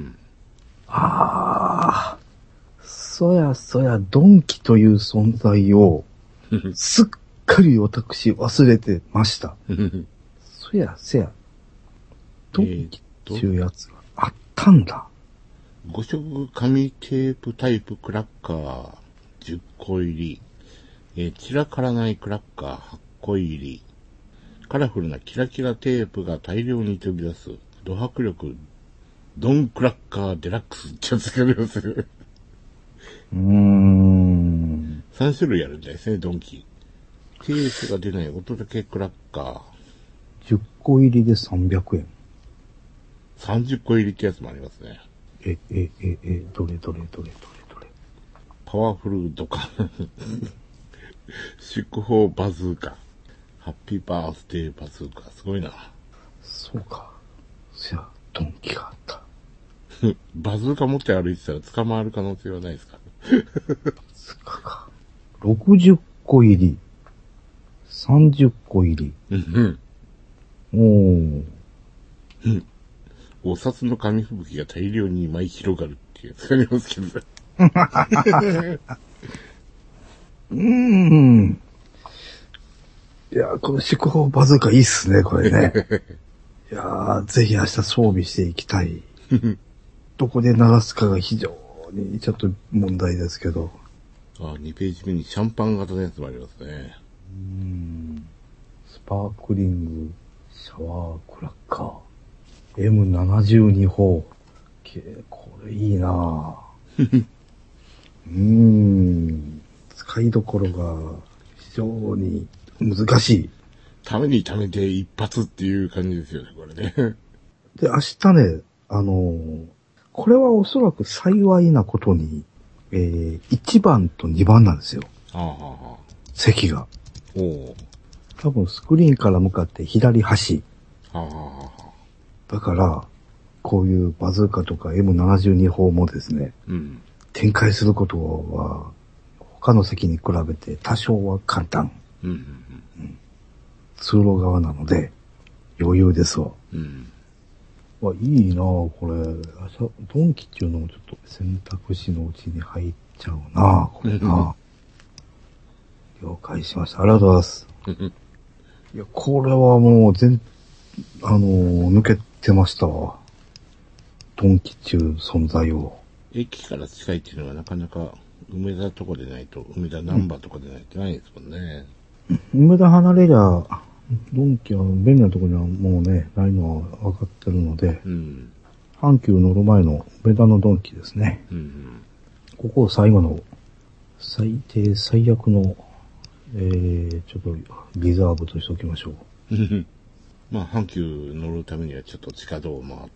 そや、ドンキという存在を、すっかり私忘れてました。そや、ドンキっていうやつがあったんだ。 5色紙テープタイプクラッカー10個入り、散らからないクラッカー8個入り、 カラフルなキラキラテープが大量に飛び出す。ド迫力、ドンクラッカーデラックスってやつがあります。3種類あるみたいですね、ドンキ。テープが出ない音だけクラッカー。10個入りで300円。 30個入りってやつもありますね。 どれ。 パワフルドカン。祝砲バズーカ。ハッピーバースデーバズーカ。すごいな。 そうか。じゃあ、ドンキがあった。 バズーカ持って歩いてたら捕まる可能性はないですか？ バズーカか。60個入り。30個入り。 お札の紙吹雪が大量に舞い広がるっていうやつがありますけど。 いや、この祝砲バズーカいいっすね、これね。いやー、ぜひ明日装備していきたい。どこで鳴らすかが非常にちょっと問題ですけど。 2ページ目にシャンパン型のやつもありますね。 スパークリング、シャワークラッカー。M72 砲。これいいなぁ。使いどころが非常に難しい。 ためにためて一発っていう感じですよね、これね。 で、明日ね、これはおそらく幸いなことに、1番と2番なんですよ。席が。多分スクリーンから向かって左端。だから、こういうバズーカとか M72 砲もですね、展開することは、他の席に比べて多少は簡単。通路側なので、余裕ですわ。いいなぁ、これ。ドンキっていうのもちょっと選択肢のうちに入っちゃうなぁ、これな。了解しました。ありがとうございます。いや、これはもう抜けてましたわ。ドンキっていう存在を。 駅から近いっていうのはなかなか梅田とかでないと、梅田ナンバーとかでないとないですもんね。 梅田離れりゃ、ドンキは便利なところにはもうね、ないのは分かってるので、阪急乗る前の梅田のドンキですね。ここを最後の、最低最悪の、ちょっとリザーブとしておきましょう。 阪急乗るためにはちょっと地下道を回って。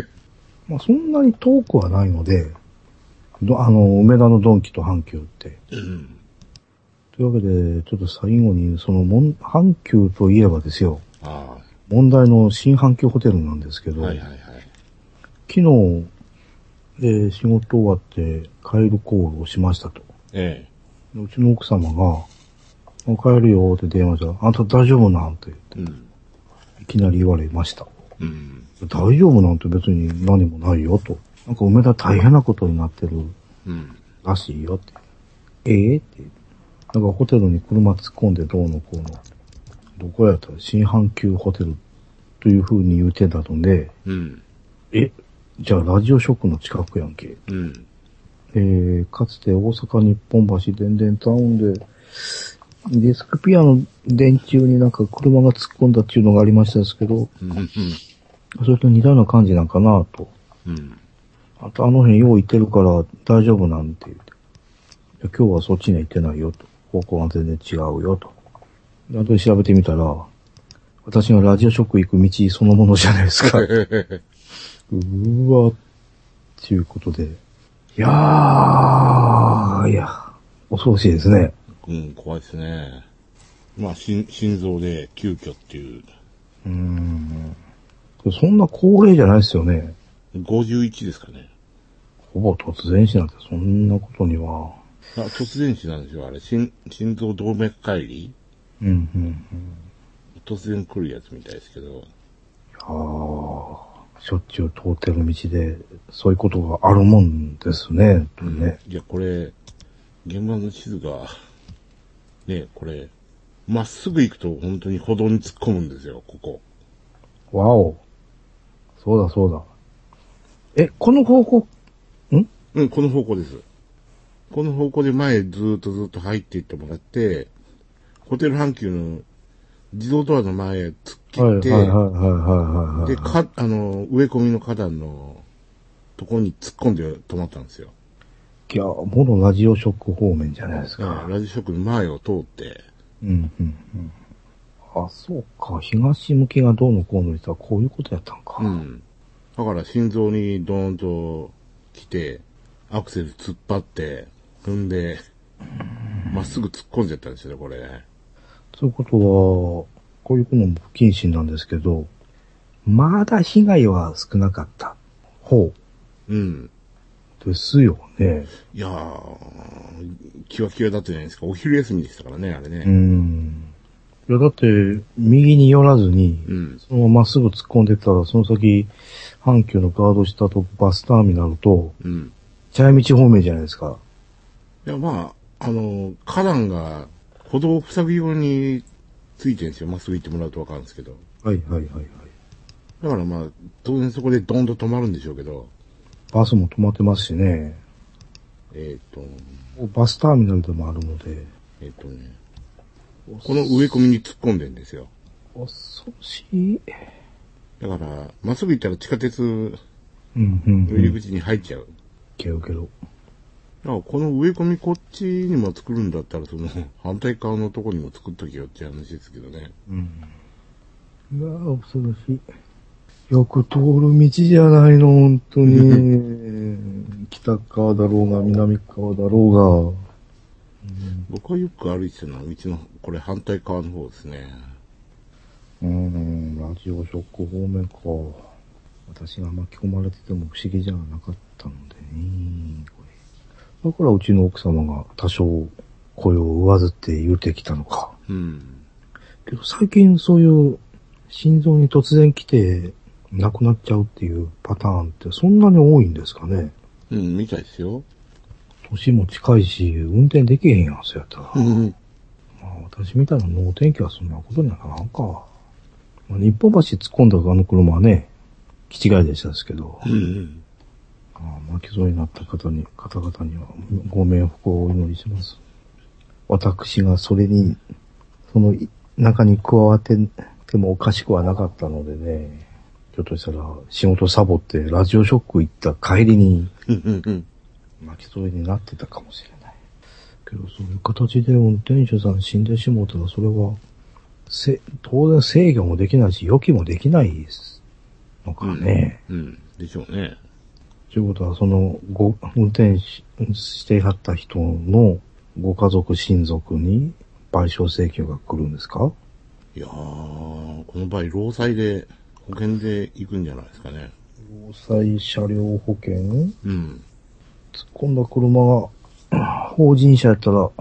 そんなに遠くはないので、梅田のドンキと阪急って。というわけで、ちょっと最後に、阪急といえばですよ。問題の新阪急ホテルなんですけど、昨日、仕事終わって帰るコールをしましたと。うちの奥様が、帰るよって電話したら、あんた大丈夫なんて言って、いきなり言われました。大丈夫なんて別に何もないよと。なんか梅田大変なことになってるらしいよって。って言って。なんかホテルに車突っ込んでどうのこうの。どこやったら新阪急ホテルという風に言うてたので、じゃあラジオショックの近くやんけ。かつて大阪日本橋電電タウンで、デスクピアの電柱になんか車が突っ込んだっていうのがありましたですけど、それと似たような感じなんかなと。あと辺よう行ってるから大丈夫なんて言って。今日はそっちには行ってないよと。方向が全然違うよと。後で調べてみたら、私がラジオショック行く道そのものじゃないですか。っていうことで。いや、恐ろしいですね。 怖いですね。心臓で急遽っていう。 そんな高齢じゃないですよね。 51ですかね。 ほぼ突然死なんてそんなことには。 突然死なんですよ、あれ。心臓動脈解離突然来るやつみたいですけど。 しょっちゅう通ってる道で、そういうことがあるもんですね。 いや、これ、現場の地図が、これ、まっすぐ行くと本当に歩道に突っ込むんですよ、ここ。 わお。そうだ。この方向、 この方向です。この方向で前ずーっと入っていってもらって、ホテル阪急の自動ドアの前へ突っ切って、で、植え込みの花壇のとこに突っ込んで止まったんですよ。 いや、もろラジオショック方面じゃないですか。 ラジオショックの前を通って。 あ、そうか。東向きがどうのこうの言ったらこういうことやったんか。 だから心臓にドーンと来て、アクセル突っ張って、踏んで、まっすぐ突っ込んじゃったんですよね、これね。 そういうことは、こういうのも不謹慎なんですけど、まだ被害は少なかった方。ですよね。 いやー、キワキワだったじゃないですか。お昼休みでしたからね、あれね。 いや、だって、右に寄らずに、そのまままっすぐ突っ込んでったら、その先、阪急のガード下とバスターミナルと、茶屋道方面じゃないですか。 いや、まあ、花壇が歩道を塞ぐようについてるんですよ。まっすぐ行ってもらうとわかるんですけど。だからまあ、当然そこでドンと止まるんでしょうけど。 バスも止まってますしね。バスターミナルでもあるので。 この植え込みに突っ込んでるんですよ。 恐ろしい。 だから、まっすぐ行ったら地下鉄の入り口に入っちゃう。 けど。だからこの植え込みこっちにも作るんだったら、その反対側のとこにも作っとけよって話ですけどね。 いやー、恐ろしい。よく通る道じゃないの、本当に。北側だろうが、南側だろうが。 僕はよく歩いてたのは、うちの、これ反対側の方ですね。 ラジオショック方面か。私が巻き込まれてても不思議じゃなかったのでね。だからうちの奥様が多少声を上ずって言うてきたのか。けど最近そういう心臓に突然来て亡くなっちゃうっていうパターンってそんなに多いんですかね。 みたいですよ。 年も近いし、運転できへんやん、そうやったら。まあ私みたいな脳天気はそんなことにはならんか。まあ、日本橋突っ込んだあの車はね、気違いでしたですけど。巻き添えになった方々にはご冥福をお祈りします。私がその中に加わっててもおかしくはなかったのでね、ひょっとしたら仕事サボってラジオショック行った帰りに巻き添えになってたかもしれない。けどそういう形で運転手さん死んでしもうたらそれは当然制御もできないし予期もできないのかね。 でしょうね。 ということは、運転してはった人のご家族、親族に賠償請求が来るんですか？ いやー、この場合、労災で、保険で行くんじゃないですかね。 労災車両保険？突っ込んだ車が、法人車やったら、 い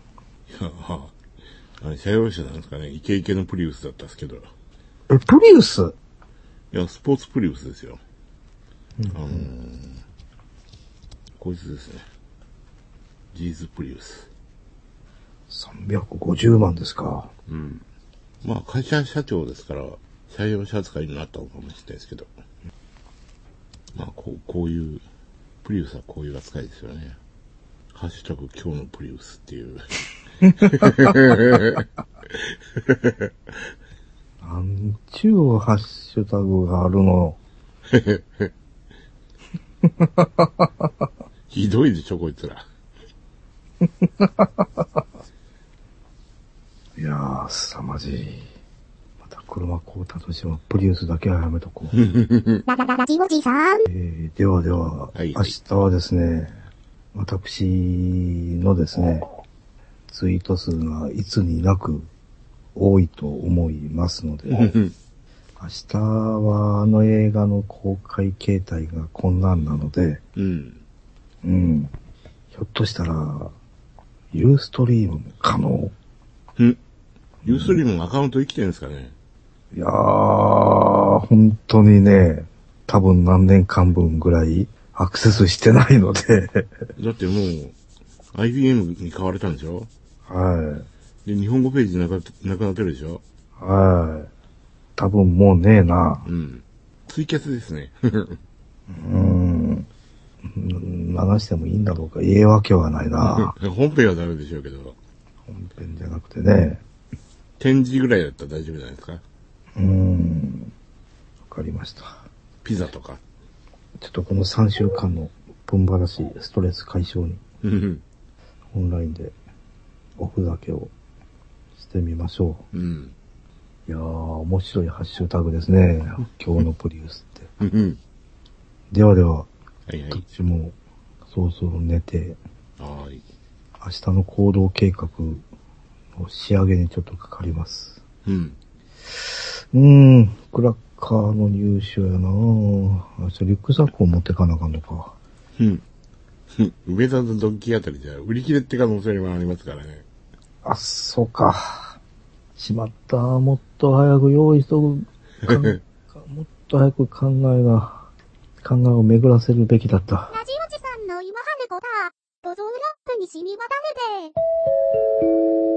や、車用車なんですかね。イケイケのプリウスだったんですけど。 プリウス？ いや、スポーツプリウスですよ。こいつですね。ジーズプリウス。 350万ですか。 まあ、会社社長ですから、車用車扱いになったのかもしれないですけど。まあ、こういう、プリウスはこういう扱いですよね。ハッシュタグ今日のプリウスっていう。 なんちゅうハッシュタグがあるの。 ひどいでしょ、こいつら。 いやー、凄まじい。また車買うたとしても、プリウスだけはやめとこう。 ラジオジさん。 では、明日はですね、私のですね、ツイート数がいつになく多いと思いますので、明日はあの映画の公開形態が困難なので、ひょっとしたら、ユーストリームも可能。 ユーストリームのアカウント生きてるんですかね？ いやー、本当にね、多分何年間分ぐらいアクセスしてないので。 だってもう、IBM に変われたんでしょ？で、日本語ページなくなってるでしょ？ 多分もうねえな。 ツイキャスですね。 流してもいいんだろうか。言えわけはないな。 本編はダメでしょうけど。 本編じゃなくてね。 展示ぐらいだったら大丈夫じゃないですか。 わかりました。 ピザとか。 ちょっとこの3週間の分ばらしいストレス解消に、オンラインでおふざけをしてみましょう。いやー、面白いハッシュタグですね。今日のプリウスって。ではでは、どっちもそろそろ寝て、明日の行動計画の仕上げにちょっとかかります。クラッカーの入手やなぁ。明日リュックサックを持ってかなあかんのか。 梅田のドンキーあたりじゃ売り切れって可能性もありますからね。 あ、そうか。しまった。もっと早く用意しとく。もっと早く考えを巡らせるべきだった。 ラジオジさんの今はねこだ。ドゾーラップに染み渡るで。